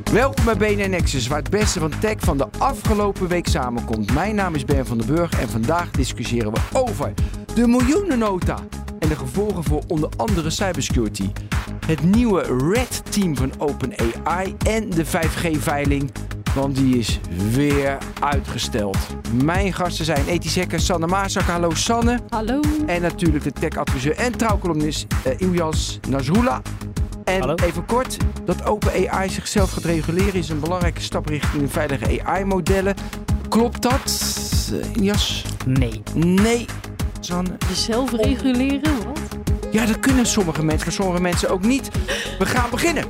Welkom bij BNN Nexus, waar het beste van tech van de afgelopen week samenkomt. Mijn naam is Ben van den Burg en vandaag discussiëren we over de miljoenennota en de gevolgen voor onder andere cybersecurity. Het nieuwe Red Team van OpenAI en de 5G-veiling, want die is weer uitgesteld. Mijn gasten zijn ethisch hacker Sanne Maasak. Hallo Sanne. Hallo. En natuurlijk de tech-adviseur en trouwcolumnist Ilyas Nasrullah. En Hallo. even kort, dat OpenAI zichzelf gaat reguleren is een belangrijke stap richting veilige AI-modellen. Klopt dat, Ilyas? Nee. Sanne? Jezelf reguleren? Wat? Ja, dat kunnen sommige mensen, maar sommige mensen ook niet. We gaan beginnen.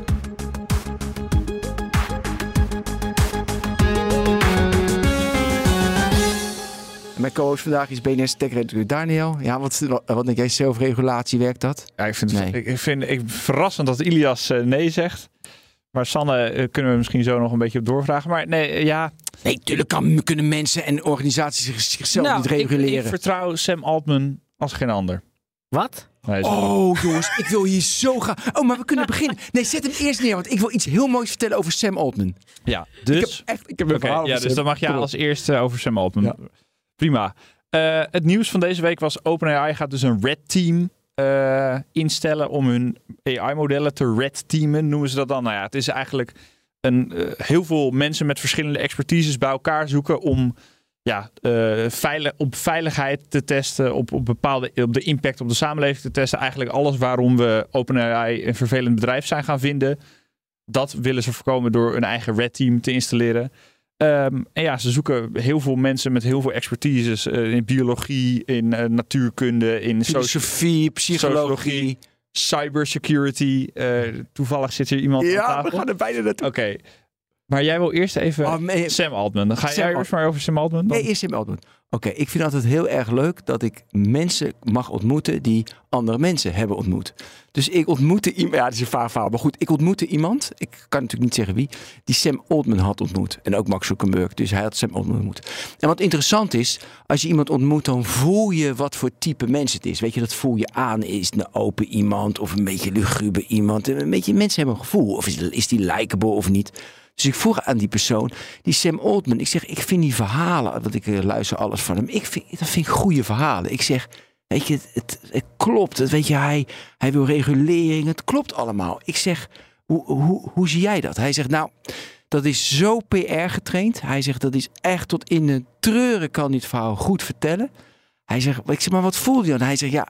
Mijn co-host vandaag is BNS tech-redacteur Daniel. Ja, wat denk jij, zelfregulatie, werkt dat? Ja, ik vind Nee. het verrassend dat Ilyas nee zegt. Maar Sanne kunnen we misschien zo nog een beetje op doorvragen. Maar nee, ja. Nee, tuurlijk kunnen mensen en organisaties zichzelf niet reguleren. Ik vertrouw Sam Altman als geen ander. Wat? Nee, Oh jongens, ik wil hier zo gaan. Oh, maar we kunnen beginnen. Nee, zet hem eerst neer, want ik wil iets heel moois vertellen over Sam Altman. ja, dus... Ik heb een Oké, verhaal over dus Sam. dan mag jij Kom op. als eerste over Sam Altman. Ja. Prima. Het nieuws van deze week was OpenAI gaat dus een Red Team instellen om hun AI-modellen te red teamen, noemen ze dat dan. Nou ja, het is eigenlijk heel veel mensen met verschillende expertises bij elkaar zoeken om op veiligheid te testen, op de impact op de samenleving te testen. Eigenlijk alles waarom we OpenAI een vervelend bedrijf zijn gaan vinden. Dat willen ze voorkomen door een eigen Red Team te installeren. En ja, ze zoeken heel veel mensen met heel veel expertises in biologie, in natuurkunde, in Filosofie, psychologie. cybersecurity. Toevallig zit hier iemand aan Ja, tafel. we gaan er bijna naartoe. Oké. Maar jij wil eerst even Sam Altman. Dan ga jij eerst maar over Sam Altman. Dan? Nee, eerst Sam Altman. Oké, ik vind altijd heel erg leuk dat ik mensen mag ontmoeten die andere mensen hebben ontmoet. Dus ik ontmoette iemand, ja, dat is een vaag verhaal, maar goed, ik ontmoette iemand, ik kan natuurlijk niet zeggen wie, die Sam Altman had ontmoet. En ook Mark Zuckerberg, dus hij had Sam Altman ontmoet. En wat interessant is, als je iemand ontmoet, dan voel je wat voor type mens het is. Weet je, dat voel je aan. Is het een open iemand of een beetje luguber iemand? Een beetje, mensen hebben een gevoel. Of is die likable of niet? Dus ik vroeg aan die persoon, die Sam Altman, ik zeg, ik vind die verhalen, want ik luister alles van hem, dat vind ik goede verhalen. Ik zeg, weet je, het klopt. Weet je, hij wil regulering, het klopt allemaal. Ik zeg, hoe zie jij dat? Hij zegt, nou, dat is zo PR getraind. Hij zegt, dat is echt tot in de treuren kan dit verhaal goed vertellen. Hij zegt, ik zeg, maar wat voelde je dan? Hij zegt, ja,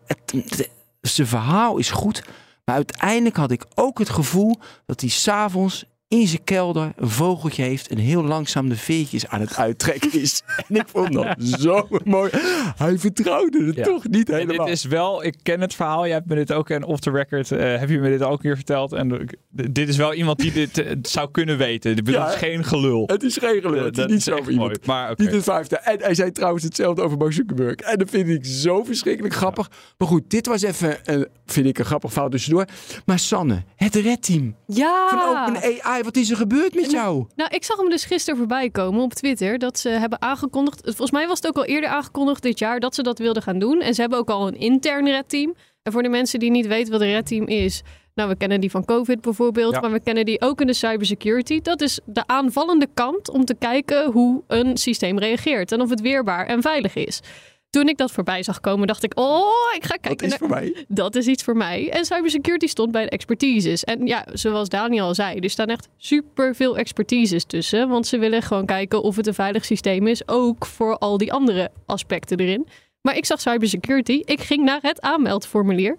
zijn verhaal is goed, maar uiteindelijk had ik ook het gevoel dat hij 's avonds in zijn kelder een vogeltje heeft en heel langzaam de veertjes aan het uittrekken is. En ik vond dat zo mooi. Hij vertrouwde het toch niet helemaal. Dit is wel, ik ken het verhaal. Jij hebt me dit ook off the record, heb je me dit ook een keer verteld. En dit is wel iemand die dit zou kunnen weten. Het is geen gelul. Het is geen gelul. Het is niet zo over iemand. Maar Niet het vijfde. En hij zei trouwens hetzelfde over Mark Zuckerberg. En dat vind ik zo verschrikkelijk grappig. Ja. Maar goed, dit was even, vind ik, een grappig fout tussendoor. Maar Sanne, het Red Team van OpenAI. Wat is er gebeurd met jou? Nou, ik zag hem dus gisteren voorbij komen op Twitter. Dat ze hebben aangekondigd. Volgens mij was het ook al eerder aangekondigd dit jaar dat ze dat wilden gaan doen. En ze hebben ook al een intern Red Team. En voor de mensen die niet weten wat een Red Team is. Nou, we kennen die van COVID bijvoorbeeld. Ja. Maar we kennen die ook in de cybersecurity. Dat is de aanvallende kant om te kijken hoe een systeem reageert. En of het weerbaar en veilig is. Toen ik dat voorbij zag komen, dacht ik, ik ga kijken. Dat is voor mij. Dat is iets voor mij. En cybersecurity stond bij de expertises. En ja, zoals Daniel al zei, er staan echt super veel expertises tussen. Want ze willen gewoon kijken of het een veilig systeem is. Ook voor al die andere aspecten erin. Maar ik zag cybersecurity. Ik ging naar het aanmeldformulier.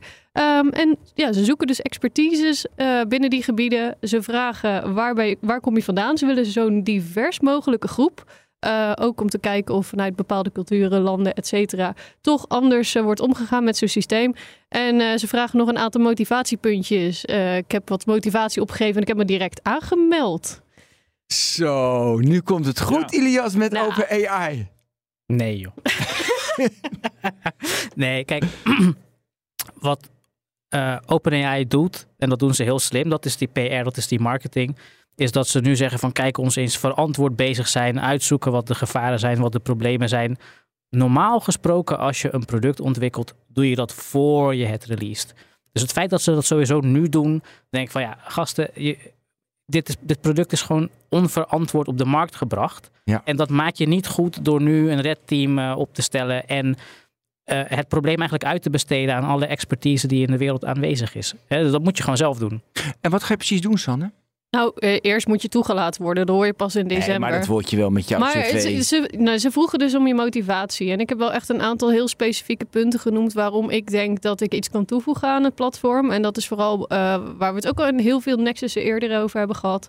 En ja, ze zoeken dus expertises binnen die gebieden. Ze vragen waar kom je vandaan? Ze willen zo'n divers mogelijke groep. Ook om te kijken of vanuit bepaalde culturen, landen, et cetera, toch anders wordt omgegaan met zo'n systeem. En ze vragen nog een aantal motivatiepuntjes. Ik heb wat motivatie opgegeven en ik heb me direct aangemeld. Zo, nu komt het goed, Ilyas, met OpenAI. Nee, joh. Nee, kijk, wat OpenAI doet, en dat doen ze heel slim, dat is die PR, dat is die marketing, is dat ze nu zeggen van kijk ons eens verantwoord bezig zijn, uitzoeken wat de gevaren zijn, wat de problemen zijn. Normaal gesproken, als je een product ontwikkelt, doe je dat voor je het released. Dus het feit dat ze dat sowieso nu doen, denk ik van ja, gasten, dit product is gewoon onverantwoord op de markt gebracht. Ja. En dat maak je niet goed door nu een red team op te stellen en het probleem eigenlijk uit te besteden aan alle expertise die in de wereld aanwezig is. Dus dat moet je gewoon zelf doen. En wat ga je precies doen, Sanne? Nou, eerst moet je toegelaten worden. Dat hoor je pas in december. Nee, maar dat word je wel met jouw cv. Ze vroegen dus om je motivatie. En ik heb wel echt een aantal heel specifieke punten genoemd waarom ik denk dat ik iets kan toevoegen aan het platform. En dat is vooral waar we het ook al in heel veel Nexussen eerder over hebben gehad.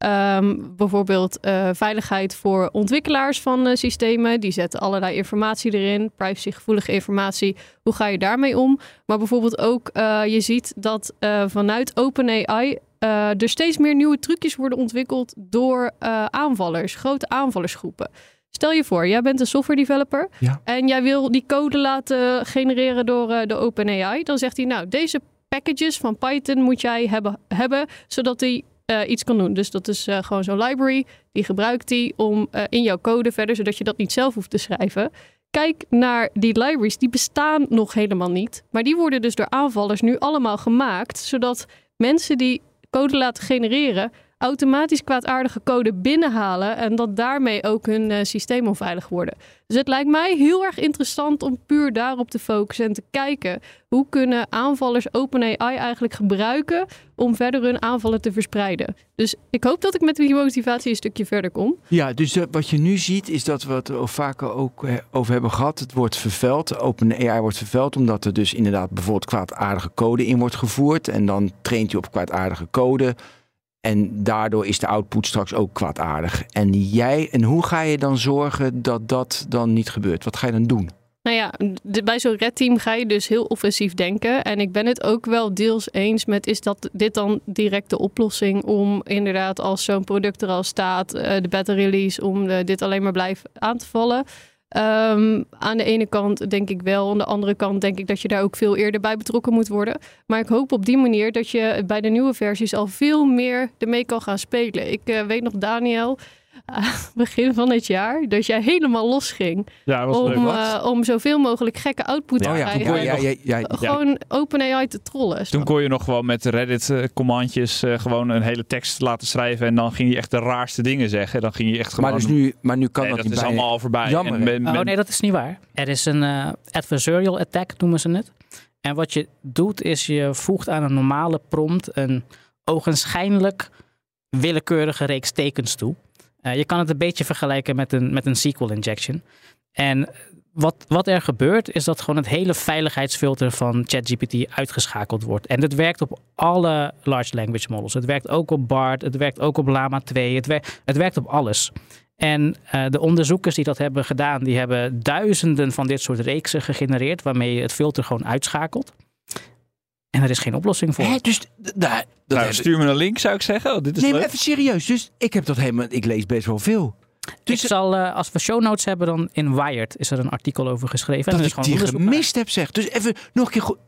Bijvoorbeeld veiligheid voor ontwikkelaars van systemen. Die zetten allerlei informatie erin. Privacygevoelige informatie. Hoe ga je daarmee om? Maar bijvoorbeeld ook, je ziet dat vanuit OpenAI er steeds meer nieuwe trucjes worden ontwikkeld door aanvallers. Grote aanvallersgroepen. Stel je voor, jij bent een software developer. Ja. En jij wil die code laten genereren door de OpenAI. Dan zegt hij, nou, deze packages van Python moet jij hebben zodat die iets kan doen. Dus dat is gewoon zo'n library. Die gebruikt hij om in jouw code verder, zodat je dat niet zelf hoeft te schrijven. Kijk naar die libraries. Die bestaan nog helemaal niet. Maar die worden dus door aanvallers nu allemaal gemaakt. Zodat mensen die code laten genereren automatisch kwaadaardige code binnenhalen en dat daarmee ook hun systeem onveilig worden. Dus het lijkt mij heel erg interessant om puur daarop te focussen en te kijken hoe kunnen aanvallers OpenAI eigenlijk gebruiken om verder hun aanvallen te verspreiden. Dus ik hoop dat ik met die motivatie een stukje verder kom. Ja, dus wat je nu ziet is dat we het er vaker ook over hebben gehad. Het wordt vervuild, OpenAI wordt vervuild omdat er dus inderdaad bijvoorbeeld kwaadaardige code in wordt gevoerd en dan traint je op kwaadaardige code. En daardoor is de output straks ook kwaadaardig. En hoe ga je dan zorgen dat dat dan niet gebeurt? Wat ga je dan doen? Nou ja, bij zo'n red team ga je dus heel offensief denken. En ik ben het ook wel deels eens met, is dat dit dan direct de oplossing om inderdaad als zo'n product er al staat, de beta release, om dit alleen maar blijven aan te vallen. Aan de ene kant denk ik wel, aan de andere kant denk ik dat je daar ook veel eerder bij betrokken moet worden. Maar ik hoop op die manier dat je bij de nieuwe versies al veel meer ermee kan gaan spelen. Ik weet nog, Daniel, begin van het jaar, dat jij helemaal losging. Ja, was leuk. Om zoveel mogelijk gekke output te krijgen. Gewoon OpenAI te trollen. Toen kon je nog gewoon met Reddit-commandjes gewoon een hele tekst laten schrijven. En dan ging je echt de raarste dingen zeggen. Dan ging je echt gewoon... Maar nu kan dat niet is allemaal al voorbij. Jammer. Nee, dat is niet waar. Er is een adversarial attack, noemen ze het. En wat je doet, is je voegt aan een normale prompt een ogenschijnlijk willekeurige reeks tekens toe. Je kan het een beetje vergelijken met een SQL injection. En wat er gebeurt is dat gewoon het hele veiligheidsfilter van ChatGPT uitgeschakeld wordt. En het werkt op alle large language models. Het werkt ook op BART, het werkt ook op Llama 2. Het werkt op alles. En de onderzoekers die dat hebben gedaan, die hebben duizenden van dit soort reeksen gegenereerd, waarmee je het filter gewoon uitschakelt. En er is geen oplossing voor. Stuur me een link, zou ik zeggen. Dit is leuk. Maar even serieus. Dus ik lees best wel veel. Dus ik zal, als we show notes hebben, dan in Wired is er een artikel over geschreven. Dat en ik die gemist heb, zeg. Dus even nog een keer goed.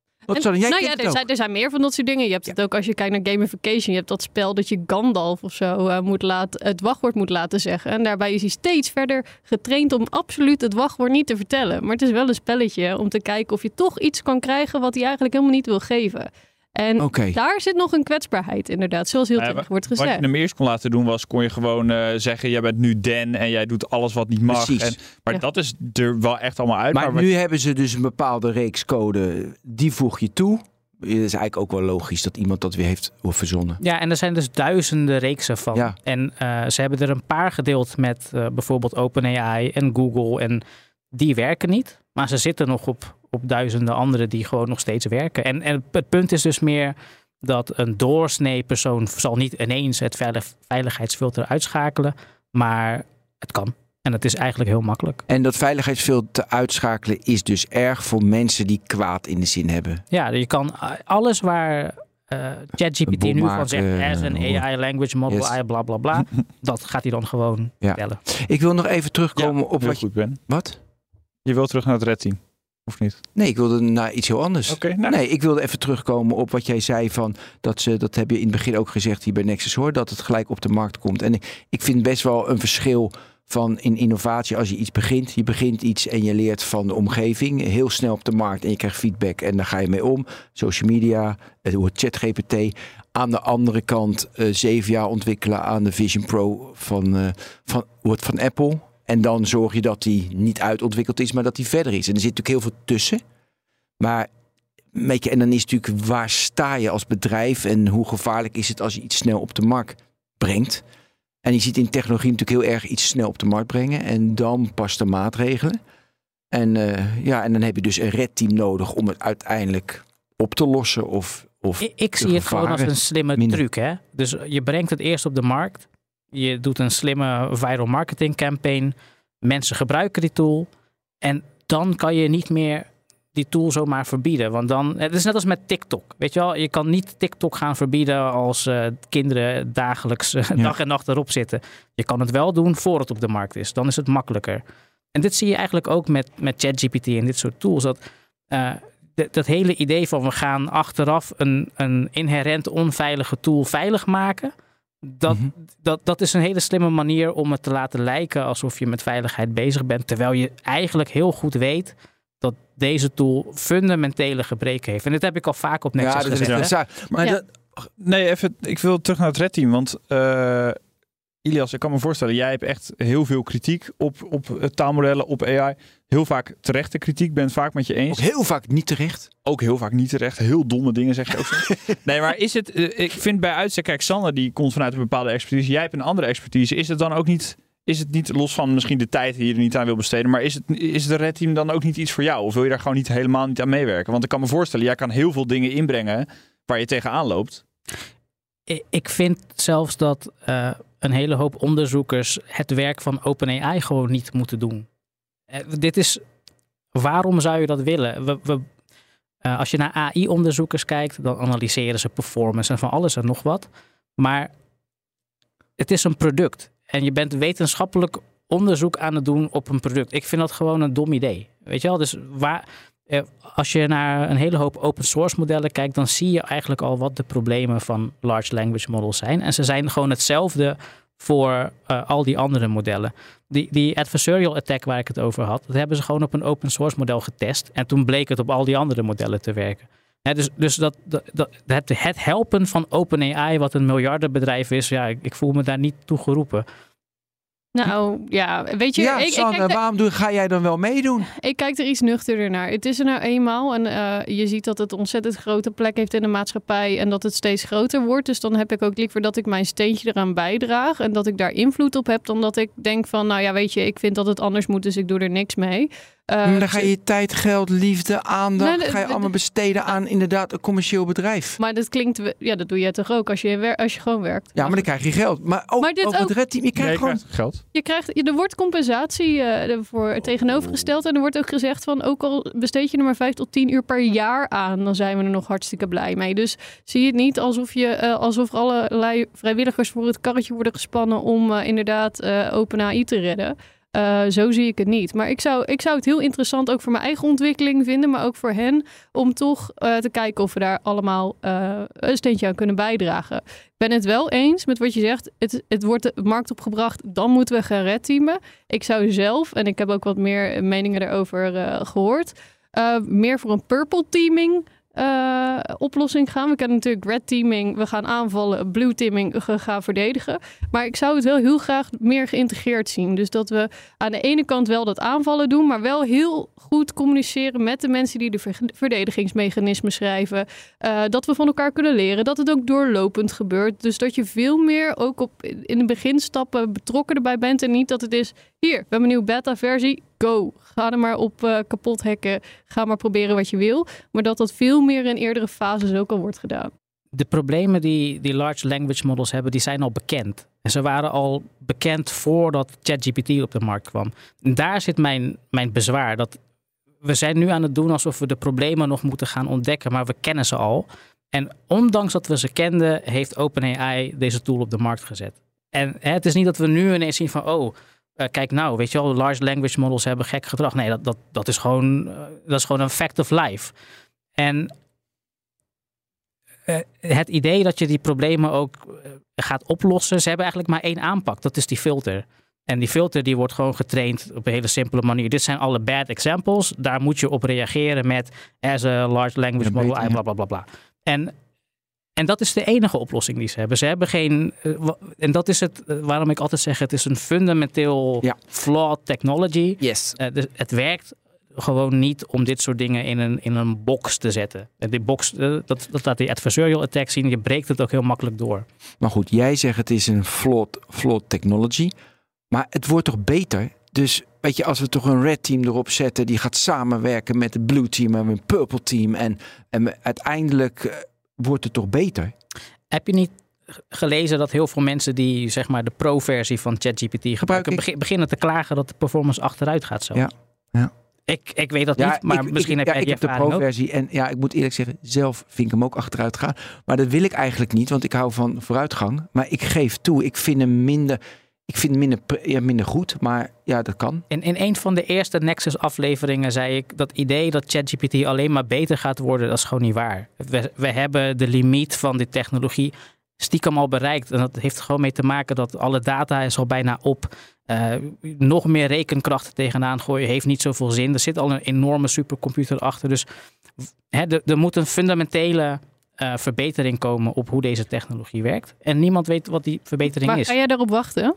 Er zijn meer van dat soort dingen. Je hebt het ook als je kijkt naar gamification. Je hebt dat spel dat je Gandalf of zo het wachtwoord moet laten zeggen. En daarbij is hij steeds verder getraind om absoluut het wachtwoord niet te vertellen. Maar het is wel een spelletje om te kijken of je toch iets kan krijgen wat hij eigenlijk helemaal niet wil geven. En daar zit nog een kwetsbaarheid inderdaad, zoals heel terecht wordt gezegd. Wat je hem eerst kon laten doen was, kon je gewoon zeggen, jij bent nu Dan en jij doet alles wat niet mag. Maar dat is er wel echt allemaal uit. Maar nu hebben ze dus een bepaalde reeks code, die voeg je toe. Het is eigenlijk ook wel logisch dat iemand dat weer heeft verzonnen. Ja, en er zijn dus duizenden reeksen van. Ja. En ze hebben er een paar gedeeld met bijvoorbeeld OpenAI en Google. En die werken niet, maar ze zitten nog op duizenden andere die gewoon nog steeds werken. En het punt is dus meer dat een doorsnee persoon zal niet ineens het veiligheidsfilter uitschakelen, maar het kan. En het is eigenlijk heel makkelijk. En dat veiligheidsfilter uitschakelen is dus erg voor mensen die kwaad in de zin hebben. Ja, je kan alles waar ChatGPT nu van zegt, as een AI language model, AI bla bla bla, dat gaat hij dan gewoon vertellen. Ik wil nog even terugkomen op wat je... Ben. Wat? Je wilt terug naar het Red Team, of niet? Nee, ik wilde naar iets heel anders. Nee, ik wilde even terugkomen op wat jij zei van dat heb je in het begin ook gezegd hier bij Nexus hoor, dat het gelijk op de markt komt. En ik vind best wel een verschil van in innovatie, als je iets begint. Je begint iets en je leert van de omgeving. Heel snel op de markt en je krijgt feedback en daar ga je mee om. Social media, het ChatGPT. Aan de andere kant 7 jaar ontwikkelen aan de Vision Pro van Apple. En dan zorg je dat die niet uitontwikkeld is, maar dat die verder is. En er zit natuurlijk heel veel tussen. Maar weet je, en dan is natuurlijk, waar sta je als bedrijf en hoe gevaarlijk is het als je iets snel op de markt brengt. En je ziet in technologie natuurlijk heel erg iets snel op de markt brengen en dan pas de maatregelen. En dan heb je dus een redteam nodig om het uiteindelijk op te lossen of ik zie het gewoon als een slimme truc. Hè? Dus je brengt het eerst op de markt. Je doet een slimme viral marketing campaign. Mensen gebruiken die tool. En dan kan je niet meer die tool zomaar verbieden. Want dan, het is net als met TikTok. Weet je wel, je kan niet TikTok gaan verbieden als kinderen dagelijks dag en nacht erop zitten. Je kan het wel doen voor het op de markt is. Dan is het makkelijker. En dit zie je eigenlijk ook met ChatGPT en dit soort tools. Dat hele idee van we gaan achteraf een inherent onveilige tool veilig maken. Dat is een hele slimme manier om het te laten lijken alsof je met veiligheid bezig bent. Terwijl je eigenlijk heel goed weet dat deze tool fundamentele gebreken heeft. En dit heb ik al vaak op Nexus gezegd. Ik wil terug naar het Red Team. Want Ilias, ik kan me voorstellen, jij hebt echt heel veel kritiek op taalmodellen, op AI. Heel vaak terechte kritiek, ben het vaak met je eens. Ook heel vaak niet terecht. Ook heel vaak niet terecht. Heel domme dingen zeg je ook. Nee, maar is het, ik vind bij uitstek, kijk, Sander die komt vanuit een bepaalde expertise. Jij hebt een andere expertise. Is het dan ook niet, los van misschien de tijd die je er niet aan wil besteden, maar is het Red Team dan ook niet iets voor jou? Of wil je daar gewoon helemaal niet aan meewerken? Want ik kan me voorstellen, jij kan heel veel dingen inbrengen waar je tegenaan loopt. Ik vind zelfs dat een hele hoop onderzoekers het werk van OpenAI gewoon niet moeten doen. Waarom zou je dat willen? Als je naar AI-onderzoekers kijkt, dan analyseren ze performance en van alles en nog wat. Maar het is een product. En je bent wetenschappelijk onderzoek aan het doen op een product. Ik vind dat gewoon een dom idee. Weet je wel? Dus als je naar een hele hoop open source modellen kijkt, dan zie je eigenlijk al wat de problemen van large language models zijn. En ze zijn gewoon hetzelfde voor al die andere modellen. Die adversarial attack waar ik het over had, dat hebben ze gewoon op een open source model getest. En toen bleek het op al die andere modellen te werken. Dus het helpen van OpenAI, wat een miljardenbedrijf is, ja, ik voel me daar niet toe geroepen. Nou, ja, weet je... Ja, Sanne, waarom ga jij dan wel meedoen? Ik kijk er iets nuchterder naar. Het is er nou eenmaal en je ziet dat het ontzettend grote plek heeft in de maatschappij en dat het steeds groter wordt. Dus dan heb ik ook liever dat ik mijn steentje eraan bijdraag en dat ik daar invloed op heb, dan dat ik denk van, nou ja, weet je, ik vind dat het anders moet, dus ik doe er niks mee. Dan ga je tijd, geld, liefde, aandacht, ga je allemaal besteden aan inderdaad een commercieel bedrijf. Maar dat klinkt, ja, dat doe je toch ook als je gewoon werkt. Ja, maar dan krijg je geld. Maar ook het Red Team, je krijgt gewoon geld. Er wordt compensatie voor tegenovergesteld en er wordt ook gezegd van, ook al besteed je er maar 5 tot 10 uur per jaar aan, dan zijn we er nog hartstikke blij mee. Dus zie het niet alsof allerlei vrijwilligers voor het karretje worden gespannen om inderdaad OpenAI te redden. Zo zie ik het niet. Maar ik zou het heel interessant ook voor mijn eigen ontwikkeling vinden, maar ook voor hen, om toch te kijken of we daar allemaal een steentje aan kunnen bijdragen. Ik ben het wel eens met wat je zegt. Het wordt de markt opgebracht, dan moeten we gaan redteamen. Ik zou zelf, en ik heb ook wat meer meningen daarover gehoord, meer voor een purple teaming oplossing gaan. We kennen natuurlijk red teaming, we gaan aanvallen, blue teaming, we gaan verdedigen. Maar ik zou het wel heel graag meer geïntegreerd zien. Dus dat we aan de ene kant wel dat aanvallen doen, maar wel heel goed communiceren met de mensen die de verdedigingsmechanismen schrijven. Dat we van elkaar kunnen leren, dat het ook doorlopend gebeurt. Dus dat je veel meer ook in de beginstappen betrokken erbij bent en niet dat het is, hier, we hebben een nieuwe beta-versie, go. Ga er maar op kapot hacken. Ga maar proberen wat je wil. Maar dat veel meer in eerdere fases ook al wordt gedaan. De problemen die large language models hebben, die zijn al bekend. En ze waren al bekend voordat ChatGPT op de markt kwam. En daar zit mijn bezwaar. Dat we zijn nu aan het doen alsof we de problemen nog moeten gaan ontdekken, maar we kennen ze al. En ondanks dat we ze kenden, heeft OpenAI deze tool op de markt gezet. En het is niet dat we nu ineens zien van, kijk nou, weet je wel, large language models hebben gek gedrag. Nee, dat is gewoon een fact of life. En het idee dat je die problemen ook gaat oplossen, ze hebben eigenlijk maar één aanpak. Dat is die filter. En die filter die wordt gewoon getraind op een hele simpele manier. Dit zijn alle bad examples. Daar moet je op reageren met as a large language model, bla bla bla bla. En dat is de enige oplossing die ze hebben. Ze hebben geen... en dat is het waarom ik altijd zeg, het is een fundamenteel flawed technology. Yes. Dus het werkt gewoon niet om dit soort dingen in een box te zetten. En die box, dat laat die adversarial attack zien. Je breekt het ook heel makkelijk door. Maar goed, jij zegt het is een flawed technology. Maar het wordt toch beter? Dus weet je, als we toch een red team erop zetten, die gaat samenwerken met het blue team en een purple team. En uiteindelijk wordt het toch beter? Heb je niet gelezen dat heel veel mensen die zeg maar de pro-versie van ChatGPT gebruiken, beginnen te klagen dat de performance achteruit gaat zo? Ja. Ik weet dat niet, maar misschien heb jij die ervaring ook. Ik heb de pro-versie en ja, ik moet eerlijk zeggen, zelf vind ik hem ook achteruit gaan. Maar dat wil ik eigenlijk niet, want ik hou van vooruitgang. Maar ik geef toe, ik vind hem minder goed, maar ja, dat kan. In een van de eerste Nexus-afleveringen zei ik dat idee dat ChatGPT alleen maar beter gaat worden, dat is gewoon niet waar. We hebben de limiet van die technologie stiekem al bereikt. En dat heeft gewoon mee te maken dat alle data is al bijna op. Nog meer rekenkrachten tegenaan gooien heeft niet zoveel zin. Er zit al een enorme supercomputer achter. Dus er moet een fundamentele verbetering komen op hoe deze technologie werkt. En niemand weet wat die verbetering is. Maar ga jij daarop wachten?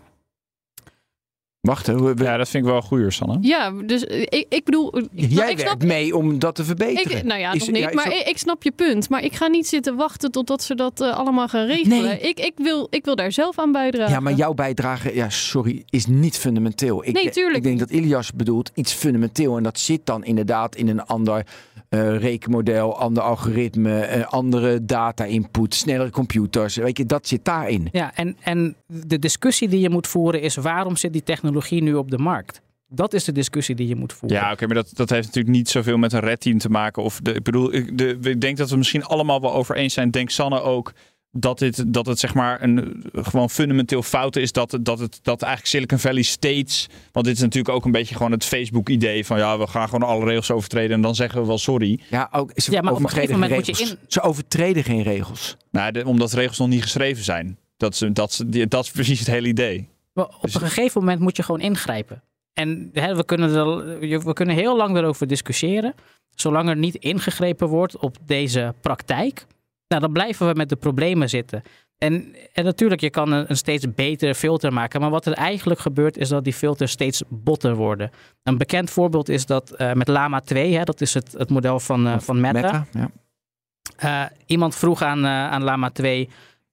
Wachten? Ja, dat vind ik wel een goeie, Sanne. Ja, dus ik bedoel... Jij werkt mee om dat te verbeteren. Nou ja, nog niet. Maar ik snap je punt. Maar ik ga niet zitten wachten totdat ze dat allemaal gaan regelen. Nee. Ik wil daar zelf aan bijdragen. Ja, maar jouw bijdrage, is niet fundamenteel. Nee, tuurlijk. Ik denk dat Ilias bedoelt iets fundamenteel. En dat zit dan inderdaad in een ander rekenmodel, ander algoritme, andere data-input, snellere computers. Weet je, dat zit daarin. Ja, en de discussie die je moet voeren is, waarom zit die technologie nu op de markt? Dat is de discussie die je moet voeren. Ja, oké, maar dat heeft natuurlijk niet zoveel met een red team te maken. Ik denk dat we misschien allemaal wel over eens zijn. Denk Sanne ook dat het zeg maar een gewoon fundamenteel fout is dat eigenlijk Silicon Valley steeds, want dit is natuurlijk ook een beetje gewoon het Facebook-idee van ja, we gaan gewoon alle regels overtreden en dan zeggen we wel sorry. Ja, ook, maar op een gegeven moment moet je Ze overtreden geen regels. Nou, omdat regels nog niet geschreven zijn. Dat is precies het hele idee. Maar op een gegeven moment moet je gewoon ingrijpen. En we kunnen heel lang erover discussiëren. Zolang er niet ingegrepen wordt op deze praktijk, nou, dan blijven we met de problemen zitten. En natuurlijk, je kan een steeds betere filter maken. Maar wat er eigenlijk gebeurt, is dat die filters steeds botter worden. Een bekend voorbeeld is dat met Llama 2, dat is het model van Meta. Ja. Iemand vroeg aan Llama 2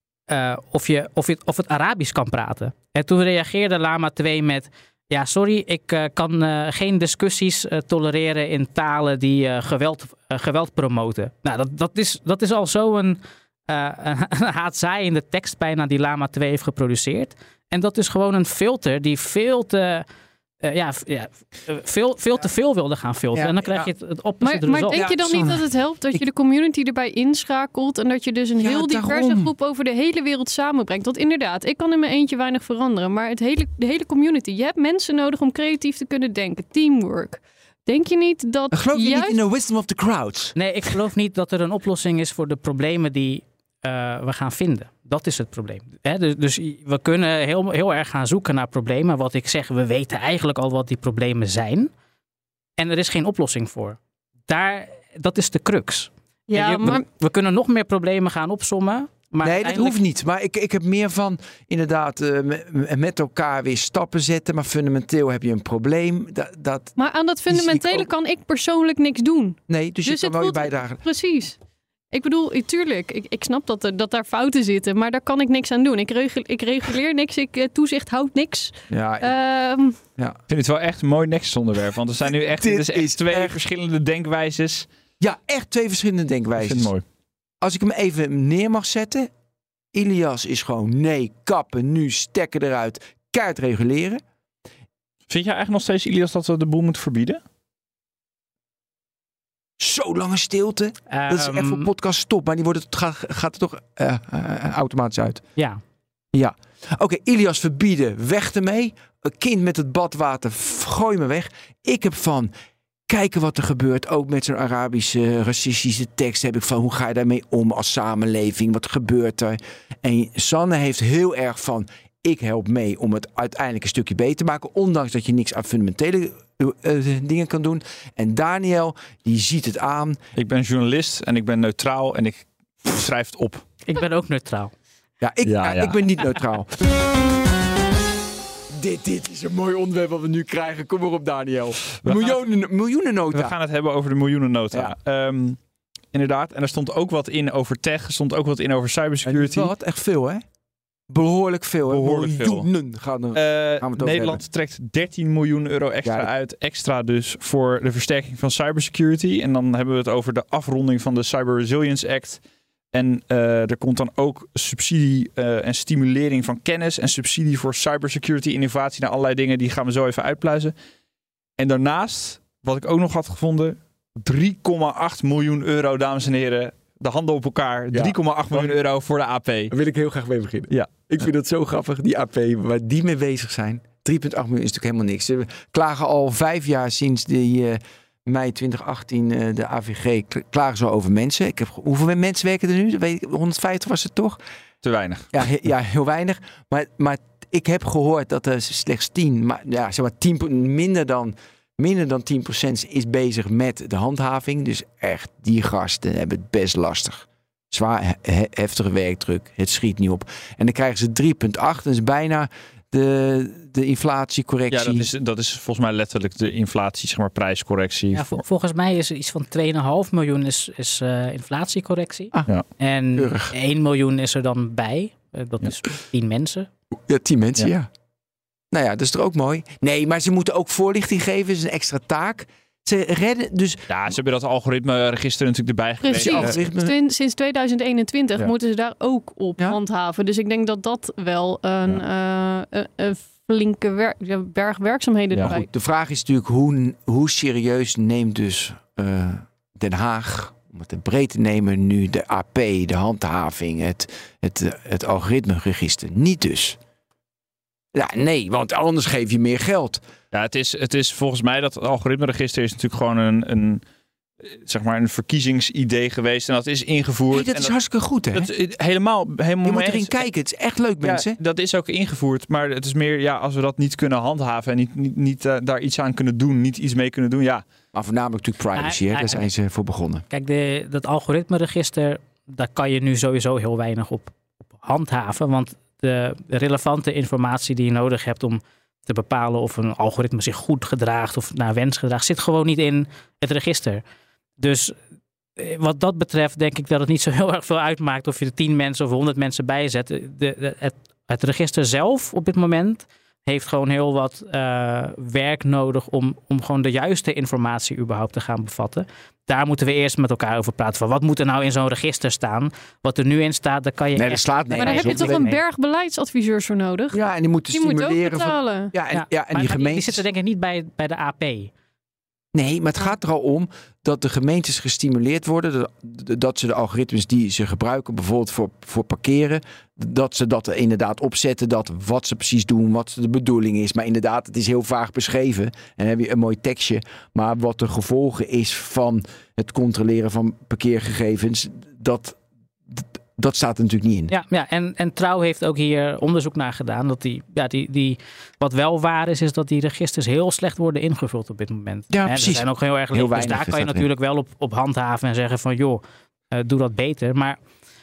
of het Arabisch kan praten. En toen reageerde Llama 2 met: ja, sorry, ik kan geen discussies tolereren in talen die geweld promoten. Nou, dat is al zo'n haatzaaiende tekst bijna die Llama 2 heeft geproduceerd. En dat is gewoon een filter die veel te veel wilde gaan filteren. En dan krijg je het opposite result. Maar denk je dan niet dat het helpt dat je de community erbij inschakelt en dat je dus een heel diverse groep over de hele wereld samenbrengt? Want inderdaad, ik kan in mijn eentje weinig veranderen, maar de hele community. Je hebt mensen nodig om creatief te kunnen denken. Teamwork. Denk je niet dat... Geloof je niet in the wisdom of the crowds? Nee, ik geloof niet dat er een oplossing is voor de problemen die we gaan vinden. Dat is het probleem. Dus we kunnen heel erg gaan zoeken naar problemen. Wat ik zeg, we weten eigenlijk al wat die problemen zijn. En er is geen oplossing voor. Dat is de crux. Ja, maar we kunnen nog meer problemen gaan opsommen. Maar nee, dat hoeft niet. Maar ik heb meer van inderdaad met elkaar weer stappen zetten. Maar fundamenteel heb je een probleem. Maar aan dat fundamentele kan ik persoonlijk niks doen. Nee, dus je kan wel je bijdragen. Precies. Ik bedoel, tuurlijk, ik snap dat daar fouten zitten, maar daar kan ik niks aan doen. Ik reguleer niks, toezicht houdt niks. Ja, Ik vind het wel echt een mooi Nexus-onderwerp, want er zijn nu echt, twee verschillende denkwijzes. Ja, echt twee verschillende denkwijzes. Ik vind het mooi. Als ik hem even neer mag zetten, Ilias is gewoon nee, kappen, nu stekken eruit, keihard reguleren. Vind jij eigenlijk nog steeds, Ilias, dat we de boel moeten verbieden? Zo lange stilte. Dat is echt voor podcast stop. Maar gaat er toch automatisch uit. Ja. Oké, Ilias verbieden. Weg ermee. Een kind met het badwater. Gooi me weg. Ik heb van kijken wat er gebeurt. Ook met zo'n Arabische racistische tekst heb ik van hoe ga je daarmee om als samenleving? Wat gebeurt er? En Sanne heeft heel erg van ik help mee om het uiteindelijk een stukje beter te maken. Ondanks dat je niks aan fundamentele dingen kan doen. En Daniel, die ziet het aan. Ik ben journalist en ik ben neutraal en ik schrijf het op. Ik ben ook neutraal. Ja, ik ben niet neutraal. Dit is een mooi onderwerp wat we nu krijgen. Kom maar op, Daniel. Miljoenennota. We gaan het hebben over de miljoenennota. Ja. Inderdaad. En er stond ook wat in over tech. Er stond ook wat in over cybersecurity. Wat? Echt veel, hè? Behoorlijk veel. Behoorlijk veel. Gaan we Nederland trekt 13 miljoen euro extra uit. Extra dus voor de versterking van cybersecurity. En dan hebben we het over de afronding van de Cyber Resilience Act. En er komt dan ook subsidie en stimulering van kennis en subsidie voor cybersecurity innovatie naar allerlei dingen. Die gaan we zo even uitpluizen. En daarnaast, wat ik ook nog had gevonden, 3,8 miljoen euro, dames en heren. De handen op elkaar. 3,8 miljoen euro voor de AP. Daar wil ik heel graag mee beginnen. Ja. Ik vind het zo grappig, die AP, waar die mee bezig zijn. 3,8 miljoen is natuurlijk helemaal niks. Ze klagen al 5 jaar sinds die... mei 2018, de AVG, klagen zo over mensen. Hoeveel mensen werken er nu? 150 was het toch? Te weinig. Ja, heel weinig. Maar ik heb gehoord dat er slechts 10, maar ja, zeg maar 10, minder dan 10% is bezig met de handhaving. Dus echt, die gasten hebben het best lastig. Zwaar heftige werkdruk. Het schiet niet op. En dan krijgen ze 3,8. Dat is bijna de inflatiecorrectie. Ja, dat is volgens mij letterlijk de inflatie, zeg maar, prijscorrectie. Ja, volgens mij is er iets van 2,5 miljoen is inflatiecorrectie. Ja. En keurig. 1 miljoen is er dan bij. Dat is 10 mensen. Ja, 10 mensen, ja. Nou ja, dat is toch ook mooi? Nee, maar ze moeten ook voorlichting geven. Dat is een extra taak. Ze redden dus... Ja, ze hebben dat algoritme-register natuurlijk erbij gekregen. Precies. Sinds 2021 moeten ze daar ook op handhaven. Dus ik denk dat dat wel een flinke berg werkzaamheden erbij. Goed, de vraag is natuurlijk hoe serieus neemt dus Den Haag, om het breed te nemen, nu de AP, de handhaving, het algoritme-register. Niet dus. Ja, nee, want anders geef je meer geld. Ja, het is volgens mij dat algoritme-register is natuurlijk gewoon een verkiezingsidee geweest en dat is ingevoerd. Nee, dat is hartstikke goed, hè? Helemaal je moet erin kijken. Het is echt leuk, mensen. Ja, dat is ook ingevoerd, maar het is meer, als we dat niet kunnen handhaven en niet daar iets aan kunnen doen, niet iets mee kunnen doen, ja. Maar voornamelijk natuurlijk privacy, hè? Daar zijn ze voor begonnen. Kijk, dat algoritme-register, daar kan je nu sowieso heel weinig op handhaven, want de relevante informatie die je nodig hebt om te bepalen of een algoritme zich goed gedraagt of naar wens gedraagt, zit gewoon niet in het register. Dus wat dat betreft denk ik dat het niet zo heel erg veel uitmaakt of je er 10 mensen of 100 mensen bij zet. Het register zelf op dit moment heeft gewoon heel wat werk nodig om gewoon de juiste informatie überhaupt te gaan bevatten. Daar moeten we eerst met elkaar over praten. Van wat moet er nou in zo'n register staan? Wat er nu in staat, daar kan je maar daar heb je toch een berg beleidsadviseurs voor nodig? Ja, en die moeten stimuleren. Die moeten ook betalen. En die gemeentes... Die zitten denk ik niet bij de AP. Nee, maar het gaat er al om dat de gemeentes gestimuleerd worden. Dat ze de algoritmes die ze gebruiken, bijvoorbeeld voor parkeren, dat ze dat inderdaad opzetten. Dat wat ze precies doen, wat de bedoeling is. Maar inderdaad, het is heel vaag beschreven. En dan heb je een mooi tekstje. Maar wat de gevolgen is van het controleren van parkeergegevens, dat staat er natuurlijk niet in. Ja, en Trouw heeft ook hier onderzoek naar gedaan. Dat wat wel waar is dat die registers heel slecht worden ingevuld op dit moment. Ja, precies. Ze zijn ook heel erg licht. Dus daar kan je natuurlijk wel op handhaven en zeggen van joh, doe dat beter. Maar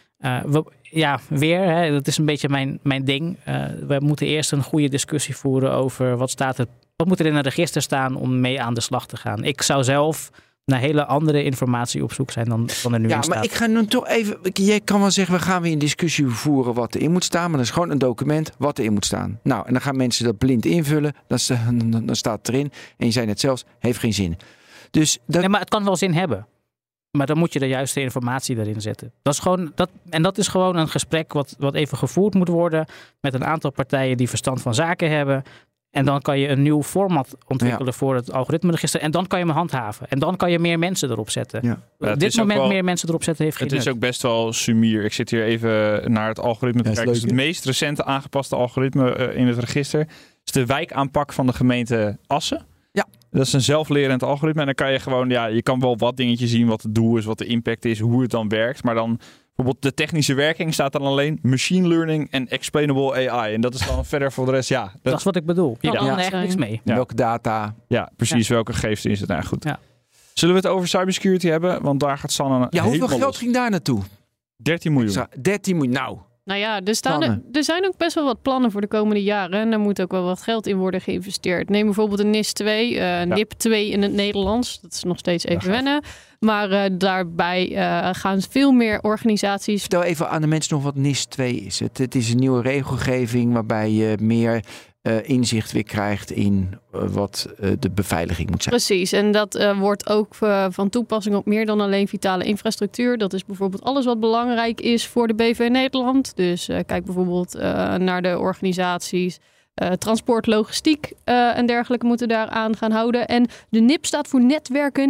dat is een beetje mijn ding. We moeten eerst een goede discussie voeren over wat moet er in een register staan om mee aan de slag te gaan. Ik zou zelf naar hele andere informatie op zoek zijn dan er nu in staat. Ja, maar ik ga nu toch even... Jij kan wel zeggen, we gaan weer een discussie voeren wat erin moet staan. Maar dat is gewoon een document wat erin moet staan. Nou, en dan gaan mensen dat blind invullen. Dan staat het erin. En je zei net zelfs, heeft geen zin. Dus Nee, maar het kan wel zin hebben. Maar dan moet je de juiste informatie erin zetten. Dat is gewoon een gesprek wat even gevoerd moet worden met een aantal partijen die verstand van zaken hebben. En dan kan je een nieuw format ontwikkelen voor het algoritme-register. En dan kan je hem handhaven. En dan kan je meer mensen erop zetten. Ja. Op dit moment meer mensen erop zetten heeft geen nut. Het is ook best wel sumier. Ik zit hier even naar het algoritme te kijken. Dus het meest recente aangepaste algoritme in het register is de wijkaanpak van de gemeente Assen. Ja. Dat is een zelflerend algoritme. En dan kan je gewoon, je kan wel wat dingetjes zien, wat het doel is, wat de impact is, hoe het dan werkt. Maar dan bijvoorbeeld de technische werking staat dan alleen machine learning en explainable AI. En dat is dan verder voor de rest, Dat is wat ik bedoel. Je Ja. kan Ja. er echt niks mee. Ja. Welke data? Ja, precies. Welke geeft is het nou goed? Ja. Zullen we het over cybersecurity hebben? Want daar gaat Sanne Ja, hoeveel helemaal geld los. ging daar naartoe? 13 miljoen. 13 miljoen. Nou, Nou ja, Plannen. er zijn ook best wel wat plannen voor de komende jaren. En daar moet ook wel wat geld in worden geïnvesteerd. Neem bijvoorbeeld een NIS 2, NIP 2 in het Nederlands. Dat is nog steeds even wennen. Maar daarbij gaan veel meer organisaties... vertel even aan de mensen nog wat NIS 2 is. Het is een nieuwe regelgeving waarbij je meer inzicht weer krijgt in wat de beveiliging moet zijn. Precies, en dat wordt ook van toepassing op meer dan alleen vitale infrastructuur. Dat is bijvoorbeeld alles wat belangrijk is voor de BV Nederland. Dus kijk bijvoorbeeld naar de organisaties. Transport, logistiek en dergelijke moeten daaraan gaan houden. En de NIP staat voor Netwerken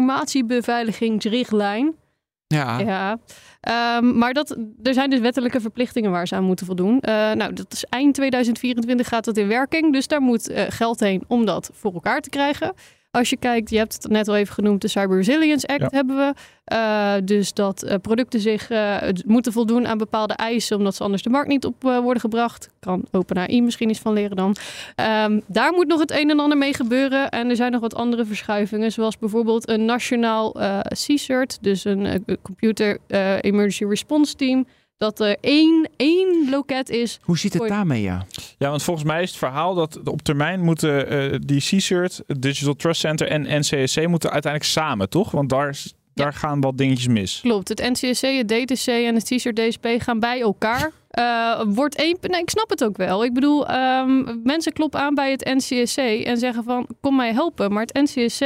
Informatiebeveiligingsrichtlijn. Ja. Ja, maar er zijn dus wettelijke verplichtingen waar ze aan moeten voldoen. Nou, dat is eind 2024 gaat dat in werking. Dus daar moet geld heen om dat voor elkaar te krijgen. Als je kijkt, je hebt het net al even genoemd, de Cyber Resilience Act hebben we. Dus dat producten zich moeten voldoen aan bepaalde eisen, omdat ze anders de markt niet op worden gebracht. Kan OpenAI misschien iets van leren dan. Daar moet nog het een en ander mee gebeuren. En er zijn nog wat andere verschuivingen, zoals bijvoorbeeld een nationaal CSIRT, dus een Computer Emergency Response Team. Dat er één loket is. Hoe zit het Voor- daarmee, ja? Ja, want volgens mij is het verhaal dat op termijn moeten die CSIRT, het Digital Trust Center en NCSC moeten uiteindelijk samen, toch? Want daar gaan wat dingetjes mis. Klopt, het NCSC, het DTC en het CSIRT DSP gaan bij elkaar. Wordt één... Nee, ik snap het ook wel. Ik bedoel, mensen kloppen aan bij het NCSC en zeggen van, kom mij helpen. Maar het NCSC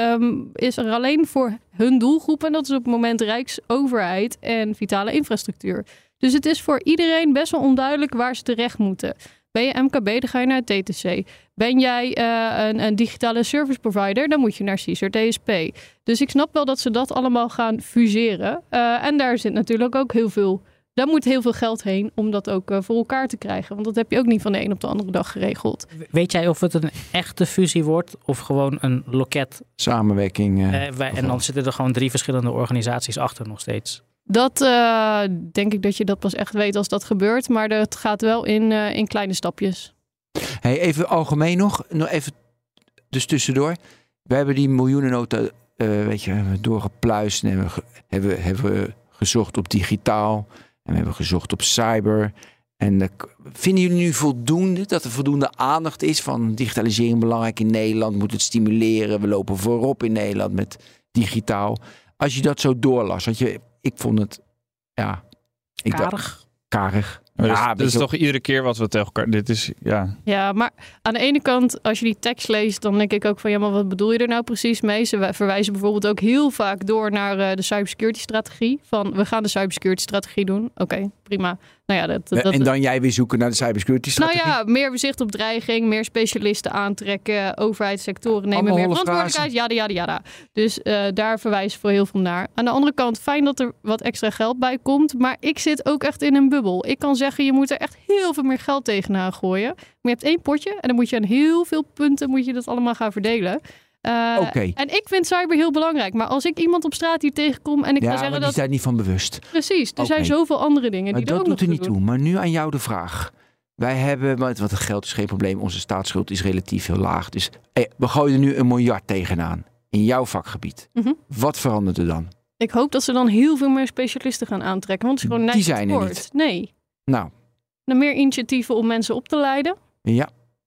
is er alleen voor hun doelgroep en dat is op het moment Rijksoverheid en vitale infrastructuur. Dus het is voor iedereen best wel onduidelijk waar ze terecht moeten. Ben je MKB, dan ga je naar het DTC. Ben jij een digitale service provider, dan moet je naar CSIRT DSP. Dus ik snap wel dat ze dat allemaal gaan fuseren. En daar zit natuurlijk ook heel veel... Daar moet heel veel geld heen om dat ook voor elkaar te krijgen. Want dat heb je ook niet van de een op de andere dag geregeld. Weet jij of het een echte fusie wordt of gewoon een loket? Samenwerking. En dan zitten er gewoon 3 verschillende organisaties achter nog steeds. Dat denk ik dat je dat pas echt weet als dat gebeurt. Maar dat gaat wel in kleine stapjes. Hey, even algemeen nog even dus tussendoor. We hebben die miljoenennota doorgepluist en hebben we gezocht op digitaal en we hebben gezocht op cyber. En vinden jullie nu voldoende dat er voldoende aandacht is van digitalisering belangrijk in Nederland? Moet het stimuleren? We lopen voorop in Nederland met digitaal. Als je dat zo doorlas, ik vond het karig. Maar dat is toch iedere keer wat we tegen elkaar... Dit is, ja... Ja, maar aan de ene kant, als je die tekst leest, dan denk ik ook van, ja, maar wat bedoel je er nou precies mee? Ze verwijzen bijvoorbeeld ook heel vaak door naar de cybersecurity strategie. Van, we gaan de cybersecurity strategie doen. Oké, prima. Nou ja, en dan jij weer zoeken naar de cybersecurity strategie? Nou ja, meer zicht op dreiging, meer specialisten aantrekken, overheidssectoren nemen Allemaal meer holle verantwoordelijkheid, yada. Dus daar verwijzen voor heel veel naar. Aan de andere kant, fijn dat er wat extra geld bij komt, maar ik zit ook echt in een bubbel. Ik kan zeggen, je moet er echt heel veel meer geld tegenaan gooien. Maar je hebt 1 potje en dan moet je aan heel veel punten moet je dat allemaal gaan verdelen. Oké. En ik vind cyber heel belangrijk. Maar als ik iemand op straat hier tegenkom en ik ga maar zeggen die dat... zijn niet van bewust. Precies, er zijn Oké. zoveel andere dingen Maar die er dat ook nog doet er niet doen. toe. Maar nu aan jou de vraag. Wij hebben, want het geld is geen probleem. Onze staatsschuld is relatief heel laag. Dus we gooien er nu 1 miljard tegenaan. In jouw vakgebied. Mhm. Wat verandert er dan? Ik hoop dat ze dan heel veel meer specialisten gaan aantrekken. Want het is gewoon Die zijn er niet. Nee. Nou, Dan meer initiatieven om mensen op te leiden. ja.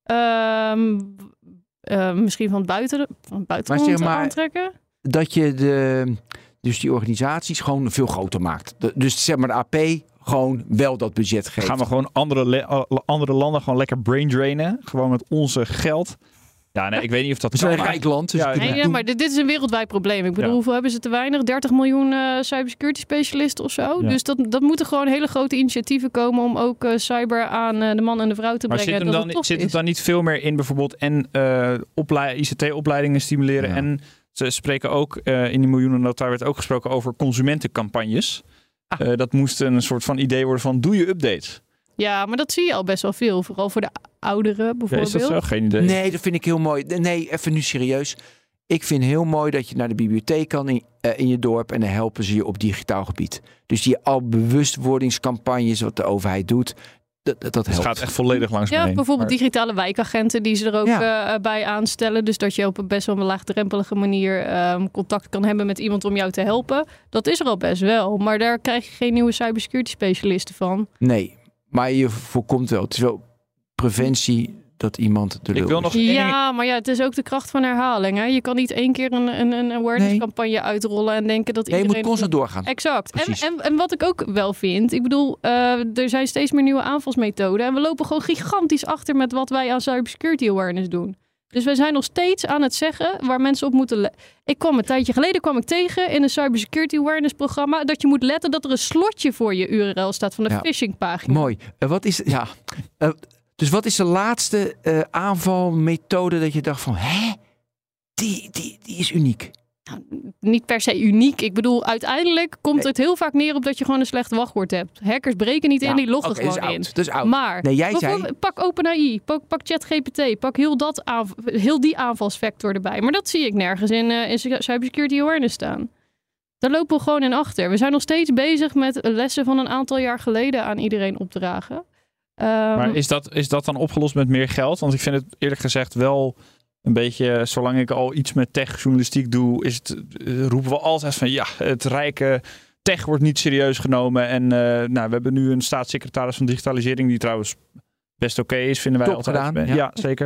Misschien van buitenland zeg maar, aantrekken. Dat je dus die organisaties gewoon veel groter maakt. Dus zeg maar de AP gewoon wel dat budget geeft. Gaan we gewoon andere landen gewoon lekker brain drainen. Gewoon met onze geld. Ja, nee, ik weet niet of dat... We zijn een kan, rijk land. Dus Ja, we kunnen Nee, het maar dit is een wereldwijd probleem. Ik bedoel, Ja. hoeveel hebben ze te weinig? 30 miljoen cybersecurity specialisten of zo. Ja. Dus dat moeten gewoon hele grote initiatieven komen om ook cyber aan de man en de vrouw te Maar brengen. zit het dan niet veel meer in bijvoorbeeld ICT-opleidingen stimuleren? Ja. En ze spreken ook in die miljoenennota werd ook gesproken over consumentencampagnes. Dat moest een soort van idee worden van doe je updates. Ja, maar dat zie je al best wel veel. Vooral voor de ouderen Ja, bijvoorbeeld. is dat zo? Geen idee. Nee, dat vind ik heel mooi. Nee, even nu serieus. Ik vind heel mooi dat je naar de bibliotheek kan in je dorp en dan helpen ze je op digitaal gebied. Dus die al bewustwordingscampagnes wat de overheid doet, dat helpt. Het gaat echt volledig langs me Ja, heen. bijvoorbeeld Maar- digitale wijkagenten die ze er ook bij aanstellen. Dus dat je op een best wel een laagdrempelige manier contact kan hebben met iemand om jou te helpen. Dat is er al best wel. Maar daar krijg je geen nieuwe cybersecurity specialisten van. Nee, maar je voorkomt wel. Het is wel preventie dat iemand de lul Ik wil is. nog één ding- Ja, maar ja, het is ook de kracht van herhaling. Hè? Je kan niet één keer een awareness campagne uitrollen en denken dat Nee, je iedereen... moet constant doorgaan. Exact. Precies. En wat ik ook wel vind, ik bedoel, er zijn steeds meer nieuwe aanvalsmethoden. En we lopen gewoon gigantisch achter met wat wij aan cybersecurity awareness doen. Dus wij zijn nog steeds aan het zeggen waar mensen op moeten letten. Een tijdje geleden kwam ik tegen in een cybersecurity awareness programma dat je moet letten dat er een slotje voor je URL staat van de phishingpagina. Mooi. Dus wat is de laatste aanvalmethode dat je dacht van, die is uniek? Niet per se uniek. Ik bedoel, uiteindelijk komt het heel vaak neer op dat je gewoon een slecht wachtwoord hebt. Hackers breken niet in, die loggen gewoon in. Dat is oud. Maar Nee, jij zei... pak OpenAI, pak ChatGPT, pak heel die aanvalsvector erbij. Maar dat zie ik nergens in cybersecurity awareness staan. Daar lopen we gewoon in achter. We zijn nog steeds bezig met lessen van een aantal jaar geleden aan iedereen opdragen. Maar is dat dan opgelost met meer geld? Want ik vind het eerlijk gezegd wel een beetje, zolang ik al iets met techjournalistiek doe, roepen we altijd van het rijke tech wordt niet serieus genomen. En we hebben nu een staatssecretaris van digitalisering die trouwens best oké is, vinden wij Top altijd. gedaan, Ja, zeker.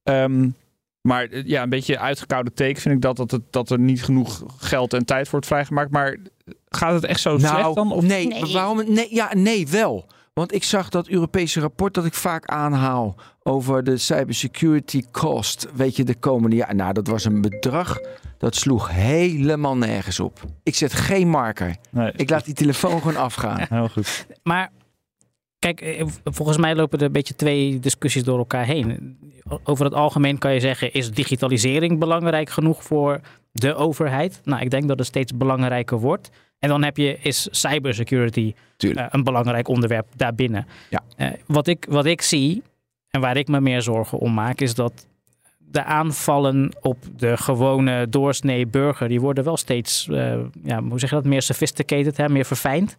Maar een beetje uitgekoude take vind ik dat er niet genoeg geld en tijd wordt vrijgemaakt. Maar gaat het echt zo slecht dan? Of? Nee. Waarom? Nee, wel. Want ik zag dat Europese rapport dat ik vaak aanhaal over de cybersecurity cost, weet je, de komende jaar. Nou, dat was een bedrag, dat sloeg helemaal nergens op. Ik zet geen marker. Nee. Ik laat die telefoon gewoon afgaan. Heel goed. Maar kijk, volgens mij lopen er een beetje twee discussies door elkaar heen. Over het algemeen kan je zeggen, is digitalisering belangrijk genoeg voor de overheid? Nou, ik denk dat het steeds belangrijker wordt. En dan is cybersecurity een belangrijk onderwerp daarbinnen. Ja. Wat ik zie en waar ik me meer zorgen om maak, is dat de aanvallen op de gewone doorsnee burger, die worden wel steeds, hoe zeg je dat, meer sophisticated, meer verfijnd.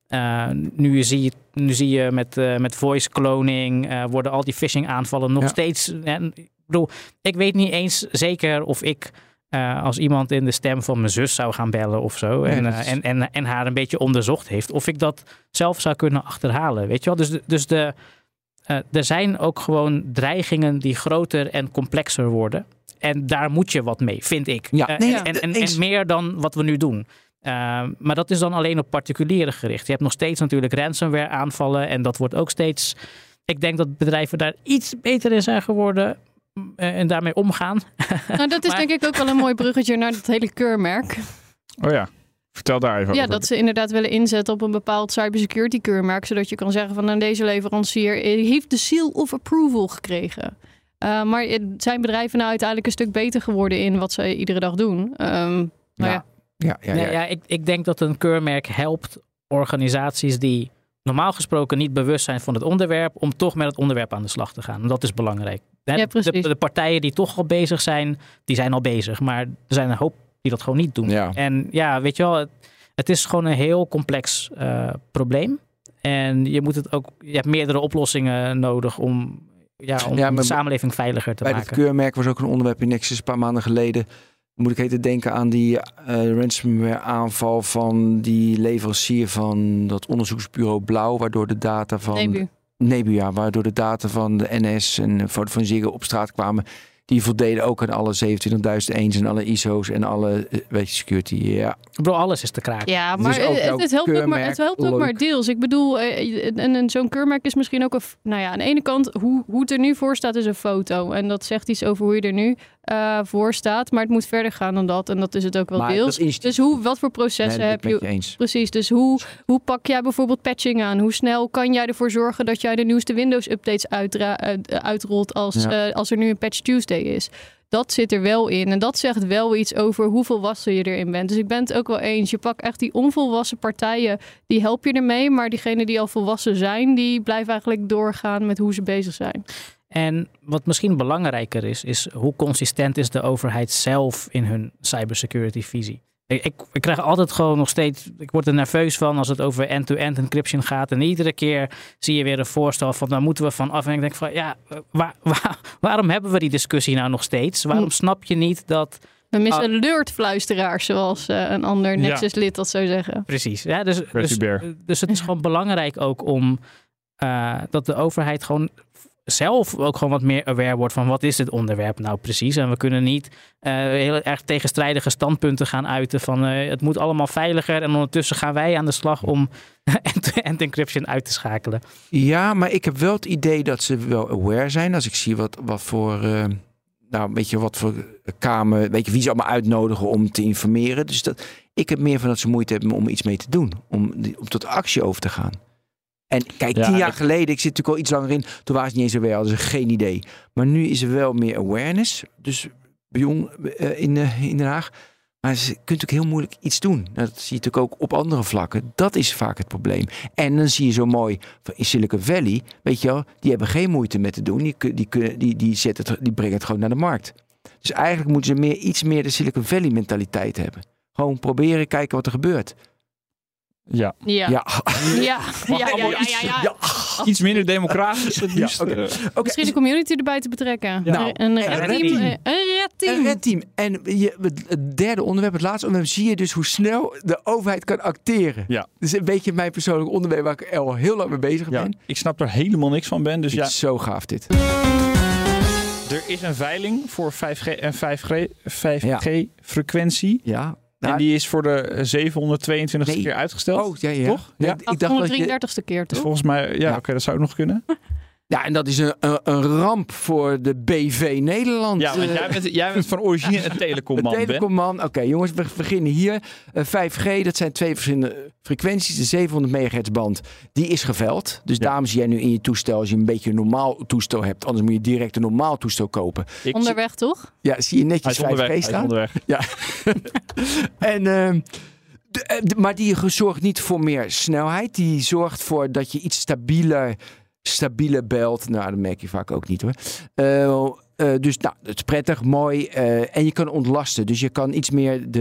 Nu zie je met voice cloning worden al die phishing aanvallen nog steeds. Ik weet niet eens zeker of ik als iemand in de stem van mijn zus zou gaan bellen of zo. En haar een beetje onderzocht heeft. Of ik dat zelf zou kunnen achterhalen. Weet je wel? Dus er zijn ook gewoon dreigingen die groter en complexer worden. En daar moet je wat mee, vind ik. Ja, en meer dan wat we nu doen. Maar dat is dan alleen op particulieren gericht. Je hebt nog steeds natuurlijk ransomware aanvallen. En dat wordt ook steeds... Ik denk dat bedrijven daar iets beter in zijn geworden en daarmee omgaan. Nou, dat is denk ik ook wel een mooi bruggetje naar het hele keurmerk. Oh ja, vertel daar even over. Ja, dat ze inderdaad willen inzetten op een bepaald cybersecurity keurmerk. Zodat je kan zeggen van deze leverancier heeft de seal of approval gekregen. Maar zijn bedrijven nou uiteindelijk een stuk beter geworden in wat ze iedere dag doen? Ik denk dat een keurmerk helpt organisaties die normaal gesproken niet bewust zijn van het onderwerp, om toch met het onderwerp aan de slag te gaan. En dat is belangrijk. Ja, de partijen die toch al bezig zijn, die zijn al bezig. Maar er zijn een hoop die dat gewoon niet doen. Ja. En weet je wel, het is gewoon een heel complex probleem. En je hebt meerdere oplossingen nodig om de samenleving veiliger te maken. Bij het keurmerk was ook een onderwerp in Nexus een paar maanden geleden. Moet ik even denken aan die ransomware aanval van die leverancier van dat onderzoeksbureau Blauw, waardoor de data van Nebu, waardoor de data van de NS en van Ziggo op straat kwamen. Die voldeden ook aan alle 27.00001 en alle ISO's en alle security. Ja. Bro, alles is te kraken. Ja, maar het helpt ook maar deels. Ik bedoel, en zo'n keurmerk is misschien ook aan de ene kant, hoe het er nu voor staat is een foto. En dat zegt iets over hoe je er nu voor staat. Maar het moet verder gaan dan dat. En dat is het ook wel deels. Dus wat voor processen heb je? Eens. Precies, dus hoe pak jij bijvoorbeeld patching aan? Hoe snel kan jij ervoor zorgen dat jij de nieuwste Windows-updates uitrolt als er nu een Patch Tuesday is? Dat zit er wel in. En dat zegt wel iets over hoe volwassen je erin bent. Dus ik ben het ook wel eens. Je pakt echt die onvolwassen partijen, die help je ermee. Maar diegenen die al volwassen zijn, die blijven eigenlijk doorgaan met hoe ze bezig zijn. En wat misschien belangrijker is hoe consistent is de overheid zelf in hun cybersecurity visie. Ik krijg altijd gewoon nog steeds, ik word er nerveus van als het over end-to-end encryption gaat. En iedere keer zie je weer een voorstel van, daar moeten we van af. En ik denk van, ja, waarom hebben we die discussie nou nog steeds? Waarom snap je niet dat... We missen luchtfluisteraars, zoals een ander Nexus-lid dat zou zeggen. Precies. Ja, dus het is gewoon belangrijk ook om dat de overheid gewoon zelf ook gewoon wat meer aware wordt van wat is dit onderwerp nou precies. En we kunnen niet heel erg tegenstrijdige standpunten gaan uiten van het moet allemaal veiliger en ondertussen gaan wij aan de slag om end-to-end encryption uit te schakelen. Ja, maar ik heb wel het idee dat ze wel aware zijn. Als ik zie wat voor... weet je, wat voor kamer, weet je, wie ze allemaal uitnodigen om te informeren. Dus ik heb meer van dat ze moeite hebben om iets mee te doen. Om tot actie over te gaan. En kijk, 10 jaar geleden, ik zit natuurlijk al iets langer in, toen waren ze niet eens aware, hadden ze geen idee. Maar nu is er wel meer awareness, dus bij ons in Den Haag. Maar je kunt ook heel moeilijk iets doen. Dat zie je natuurlijk ook op andere vlakken. Dat is vaak het probleem. En dan zie je zo mooi in Silicon Valley, weet je wel, die hebben geen moeite met te doen. Die brengen het gewoon naar de markt. Dus eigenlijk moeten ze iets meer de Silicon Valley mentaliteit hebben. Gewoon proberen, kijken wat er gebeurt. Ja. Iets minder democratisch. Misschien de community erbij te betrekken. Ja. Een red team. En het derde onderwerp, het laatste onderwerp, zie je dus hoe snel de overheid kan acteren. Ja. Dus een beetje mijn persoonlijk onderwerp waar ik al heel lang mee bezig ben. Ik snap er helemaal niks van, Ben. Dus het is zo gaaf dit. Er is een veiling voor 5G en 5G frequentie. Ja. En die is voor de 722ste keer uitgesteld. Oh, ja. Toch? Ja. Ik dacht 833ste keer, toch? Volgens mij, oké, dat zou ook nog kunnen. Ja, en dat is een ramp voor de BV Nederland. Ja, want jij bent van origine een telecomman. Een telecomman. Oké, jongens, we beginnen hier. 5G, dat zijn 2 verschillende frequenties. De 700 megahertz band, die is geveld. Dus daarom zie jij nu in je toestel, als je een beetje een normaal toestel hebt. Anders moet je direct een normaal toestel kopen. Onderweg, toch? Ja, zie je netjes 5G staan. Onderweg. Ja. En... maar die zorgt niet voor meer snelheid. Die zorgt voor dat je iets stabieler belt. Nou, dat merk je vaak ook niet hoor. Dus het is prettig, mooi. En je kan ontlasten. Dus je kan iets meer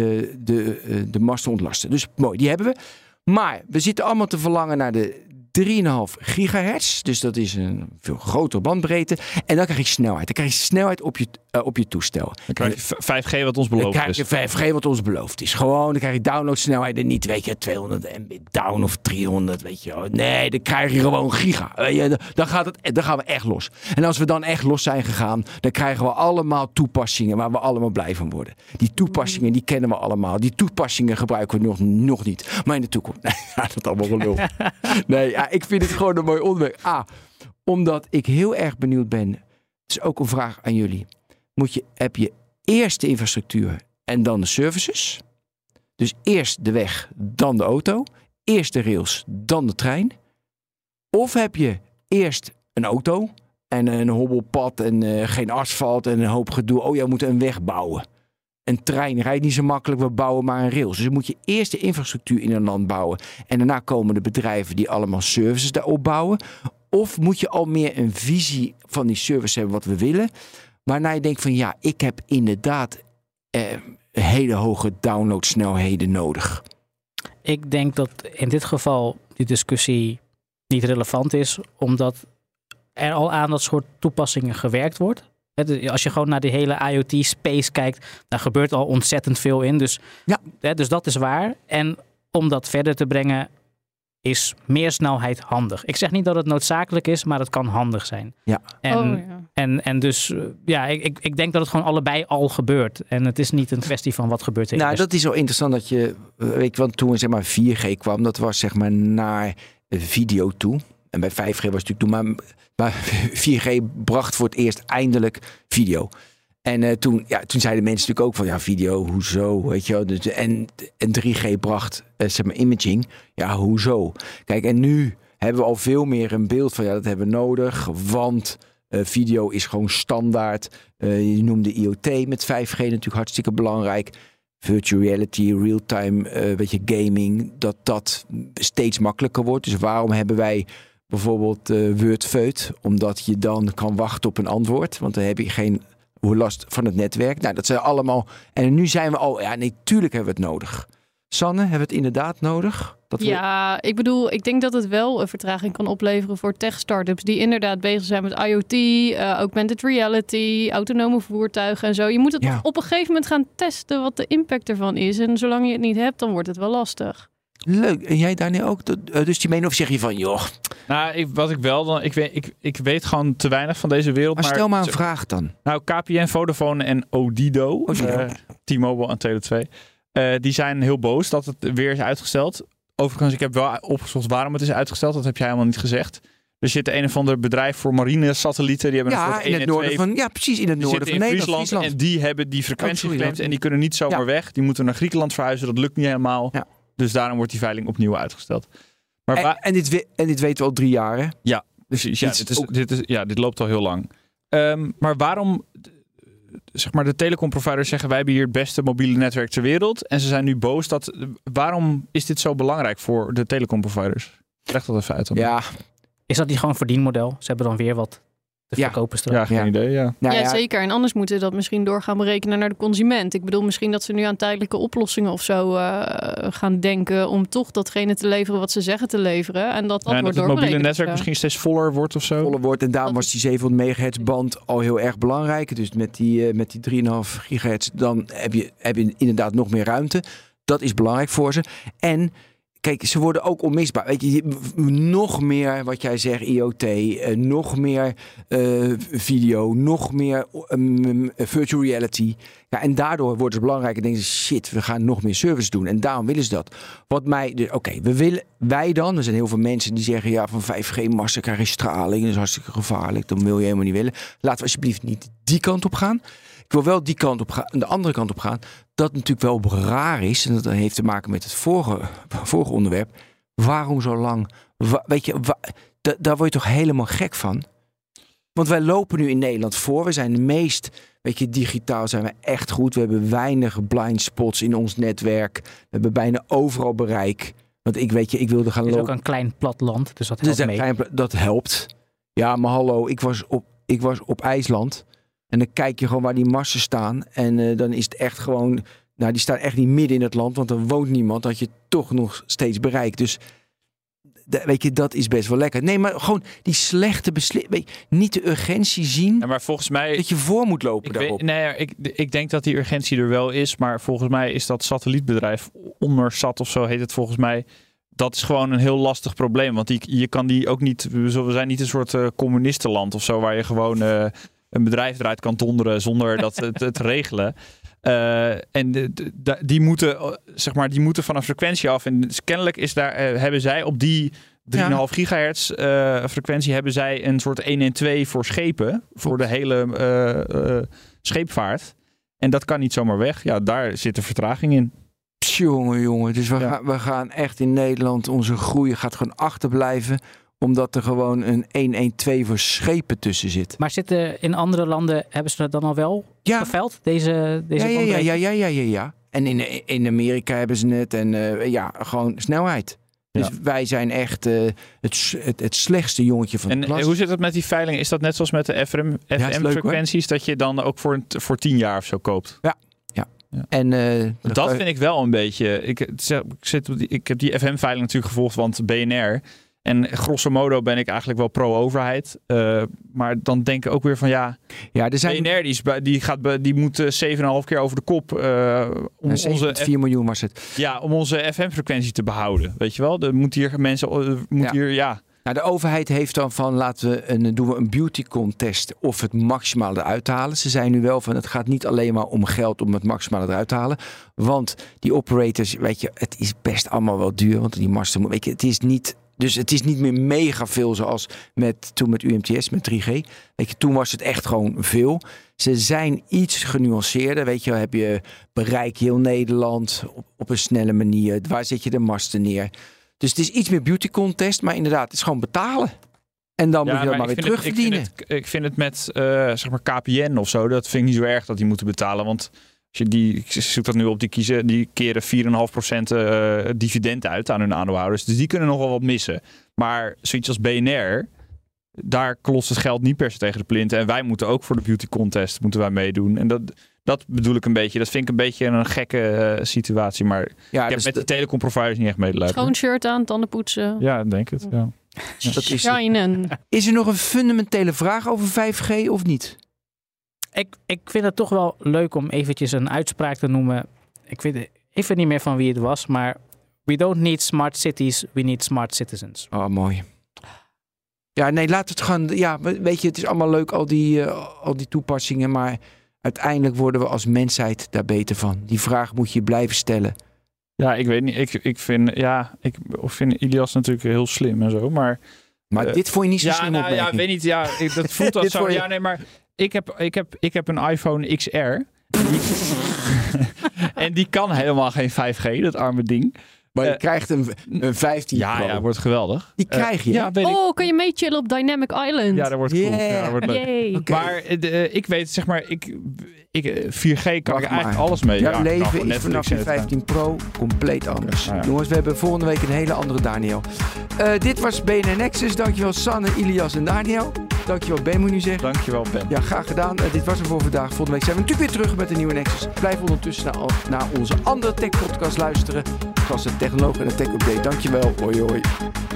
de masten ontlasten. Dus mooi, die hebben we. Maar we zitten allemaal te verlangen naar de 3,5 gigahertz. Dus dat is een veel grotere bandbreedte. En dan krijg je snelheid. Dan krijg je snelheid op je toestel. Dan krijg je 5G wat ons beloofd is. Dan krijg je 5G wat ons beloofd is. Gewoon, dan krijg je downloadsnelheden niet, weet je, 200 Mbit down of 300, weet je. Nee, dan krijg je gewoon giga. Dan gaan we echt los. En als we dan echt los zijn gegaan, dan krijgen we allemaal toepassingen waar we allemaal blij van worden. Die toepassingen, die kennen we allemaal. Die toepassingen gebruiken we nog niet. Maar in de toekomst, dat allemaal gelul. Nee, ik vind het gewoon een mooi onderwerp. Omdat ik heel erg benieuwd ben. Het is ook een vraag aan jullie. Heb je eerst de infrastructuur en dan de services? Dus eerst de weg, dan de auto. Eerst de rails, dan de trein. Of heb je eerst een auto en een hobbelpad en geen asfalt en een hoop gedoe. Oh, jij moet een weg bouwen. Een trein rijdt niet zo makkelijk, we bouwen maar een rails. Dus dan moet je eerst de infrastructuur in een land bouwen. En daarna komen de bedrijven die allemaal services daarop bouwen. Of moet je al meer een visie van die service hebben wat we willen. Waarna je denkt van ja, ik heb inderdaad hele hoge downloadsnelheden nodig. Ik denk dat in dit geval die discussie niet relevant is. Omdat er al aan dat soort toepassingen gewerkt wordt. Als je gewoon naar die hele IoT-space kijkt, daar gebeurt al ontzettend veel in. Dus, dus dat is waar. En om dat verder te brengen, is meer snelheid handig. Ik zeg niet dat het noodzakelijk is, maar het kan handig zijn. Ja. En dus, ik denk dat het gewoon allebei al gebeurt. En het is niet een kwestie van wat gebeurt er. Nou, dat is wel interessant dat je, weet je, want toen zeg maar 4G kwam, dat was zeg maar naar video toe. En bij 5G was het natuurlijk toen maar 4G bracht voor het eerst eindelijk video. En toen zeiden mensen natuurlijk ook van ja, video, hoezo, weet je wel. Dus, en 3G bracht zeg maar imaging, ja, hoezo. Kijk, en nu hebben we al veel meer een beeld van ja, dat hebben we nodig, want video is gewoon standaard. Je noemde IoT met 5G natuurlijk hartstikke belangrijk. Virtual reality, real-time, gaming, dat steeds makkelijker wordt. Dus waarom hebben wij bijvoorbeeld Word-Feut, omdat je dan kan wachten op een antwoord. Want dan heb je geen last van het netwerk. Nou, dat zijn allemaal... En nu zijn we al... Ja, nee, tuurlijk hebben we het nodig. Sanne, hebben we het inderdaad nodig? Ik bedoel, ik denk dat het wel een vertraging kan opleveren voor tech-startups die inderdaad bezig zijn met IoT, augmented reality, autonome voertuigen en zo. Je moet het op een gegeven moment gaan testen wat de impact ervan is. En zolang je het niet hebt, dan wordt het wel lastig. Leuk. En jij Daniel ook? Dus die menen of zeg je van, joh... Nou, wat ik wel dan... Ik weet gewoon te weinig van deze wereld. Maar stel maar een vraag dan. Nou, KPN, Vodafone en Odido, T-Mobile en Tele2, die zijn heel boos dat het weer is uitgesteld. Overigens, ik heb wel opgezocht waarom het is uitgesteld. Dat heb jij helemaal niet gezegd. Er zit een of ander bedrijf voor marine satellieten. Die hebben een soort in het noorden van... Ja, precies, in het noorden van Nederland. En die hebben die frequentie geclaimd. En die kunnen niet zomaar weg. Die moeten naar Griekenland verhuizen. Dat lukt niet helemaal. Ja. Dus daarom wordt die veiling opnieuw uitgesteld. Maar en dit weten we al 3 jaar, hè? Ja, precies. Ja, dit loopt al heel lang. Maar waarom... Zeg maar, de telecomproviders zeggen wij hebben hier het beste mobiele netwerk ter wereld. En ze zijn nu boos. Waarom is dit zo belangrijk voor de telecomproviders? Leg dat even uit dan. Ja. Is dat niet gewoon een verdienmodel? Ze hebben dan weer wat te verkopen straks. Ja, geen idee. Ja. Ja, zeker. En anders moeten ze dat misschien door gaan berekenen naar de consument. Ik bedoel misschien dat ze nu aan tijdelijke oplossingen of zo gaan denken om toch datgene te leveren wat ze zeggen te leveren. En dat wordt het mobiele netwerk misschien steeds voller wordt of zo. Voller wordt en daarom was die 700 megahertz band al heel erg belangrijk. Dus met die 3,5 gigahertz dan heb je inderdaad nog meer ruimte. Dat is belangrijk voor ze. En kijk, ze worden ook onmisbaar. Weet je, nog meer wat jij zegt, IoT, nog meer video, nog meer virtual reality. Ja, en daardoor wordt het belangrijk en denken ze, shit, we gaan nog meer service doen. En daarom willen ze dat. Wat mij, wij dan, er zijn heel veel mensen die zeggen, ja, van 5G-massa krijg je straling, dat is hartstikke gevaarlijk, dat wil je helemaal niet willen. Laten we alsjeblieft niet die kant op gaan. Ik wil wel die kant op gaan, de andere kant op gaan. Dat natuurlijk wel raar is, en dat heeft te maken met het vorige onderwerp. Waarom zo lang? Weet je, daar word je toch helemaal gek van? Want wij lopen nu in Nederland voor. We zijn de meest, digitaal zijn we echt goed. We hebben weinig blind spots in ons netwerk. We hebben bijna overal bereik. Want ik wilde gaan lopen. Het is ook een klein platland, dus dat helpt mee. Dat helpt. Ja, maar hallo, ik was op IJsland. En dan kijk je gewoon waar die masten staan. En dan is het echt gewoon... Nou, die staan echt niet midden in het land. Want er woont niemand. Dat je toch nog steeds bereikt. Dus weet je, dat is best wel lekker. Nee, maar gewoon die slechte beslissing. Niet de urgentie zien. Ja, maar volgens mij... Dat je voor moet lopen daarop. Ik denk dat die urgentie er wel is. Maar volgens mij is dat satellietbedrijf... Ondersat of zo heet het volgens mij... Dat is gewoon een heel lastig probleem. Want je kan die ook niet... We zijn niet een soort communistenland of zo... Waar je gewoon... een bedrijf eruit kan donderen zonder dat het regelen. En die moeten van een frequentie af. En dus kennelijk hebben zij op die 3,5 gigahertz frequentie hebben zij een soort 112 voor schepen. Voor de hele scheepvaart. En dat kan niet zomaar weg. Ja, daar zit een vertraging in. Jongen. Dus we gaan echt in Nederland... Onze groei gaat gewoon achterblijven... Omdat er gewoon een 112 voor schepen tussen zit. Maar zitten in andere landen, hebben ze dat dan al wel geveld? Deze Ja. En in Amerika hebben ze het. En gewoon snelheid. Dus wij zijn echt het slechtste jongetje van de klas. En hoe zit het met die veiling? Is dat net zoals met de FM-frequenties? Dat je dan ook voor 10 jaar of zo koopt? Ja. En, dat vind ik wel een beetje... Ik heb die FM-veiling natuurlijk gevolgd, want BNR... En grosso modo ben ik eigenlijk wel pro-overheid. Maar dan denk ik ook weer van BNR die moet 7,5 keer over de kop. Om 4 miljoen was het. Ja, om onze FM-frequentie te behouden. Weet je wel? Er moet hier mensen... Nou, de overheid heeft dan van doen we een beauty contest of het maximale eruit te halen. Ze zijn nu wel van het gaat niet alleen maar om geld om het maximale eruit te halen. Want die operators, weet je, het is best allemaal wel duur. Want die masten, weet je, het is niet... Dus het is niet meer mega veel zoals toen met UMTS, met 3G. Weet je, toen was het echt gewoon veel. Ze zijn iets genuanceerder. Weet je, heb je bereik heel Nederland op een snelle manier. Waar zet je de masten neer? Dus het is iets meer beauty contest, maar inderdaad, het is gewoon betalen. En dan moet je dat maar weer terugverdienen. Ik vind het met KPN of zo, dat vind ik niet zo erg dat die moeten betalen. Want Ik zoek dat nu op, die keren 4,5% dividend uit aan hun aandeelhouders. Dus die kunnen nog wel wat missen. Maar zoiets als BNR, daar klost het geld niet per se tegen de plinten. En wij moeten ook voor de beauty contest meedoen. En dat bedoel ik een beetje. Dat vind ik een beetje een gekke situatie. Maar ik heb met de telecomproviders niet echt medelijden. Schoon shirt aan, tanden poetsen. Ja, denk het. Ja. Dat is, Shinen. is er nog een fundamentele vraag over 5G of niet? Ik vind het toch wel leuk om eventjes een uitspraak te noemen. Ik weet even niet meer van wie het was, maar we don't need smart cities, we need smart citizens. Oh, mooi. Ja, nee, laten we het gaan. Ja, weet je, het is allemaal leuk, al die toepassingen, maar uiteindelijk worden we als mensheid daar beter van. Die vraag moet je blijven stellen. Ja, ik weet niet. Ik vind Ilias natuurlijk heel slim en zo, maar dit vond je niet zo slim opmerking. Ja, weet niet. Ja, dat voelt als zo. Ja, nee, maar ik heb een iPhone XR. En die kan helemaal geen 5G, dat arme ding. Maar je krijgt een 15 Pro. Ja, wordt geweldig. Die krijg je. Ja, weet ik. Oh, kan je mee chillen op Dynamic Island? Ja, dat wordt cool. Yeah. Ja, dat wordt leuk. Yay. Okay. Maar ik weet, zeg maar, 4G kan ik eigenlijk alles mee. Jouw leven nou, is vanaf je 15 Pro compleet anders. Ja. Jongens, we hebben volgende week een hele andere Daniel. Dit was BNR Nexus. Dankjewel Sanne, Ilias en Daniel. Dankjewel Ben, moet je nu zeggen. Dankjewel Ben. Ja, graag gedaan. Dit was hem voor vandaag. Volgende week zijn we natuurlijk weer terug met een nieuwe Nexus. Blijf ondertussen naar onze andere tech podcast luisteren. Zoals de Technoloog en de Tech Update. Dankjewel. Hoi hoi.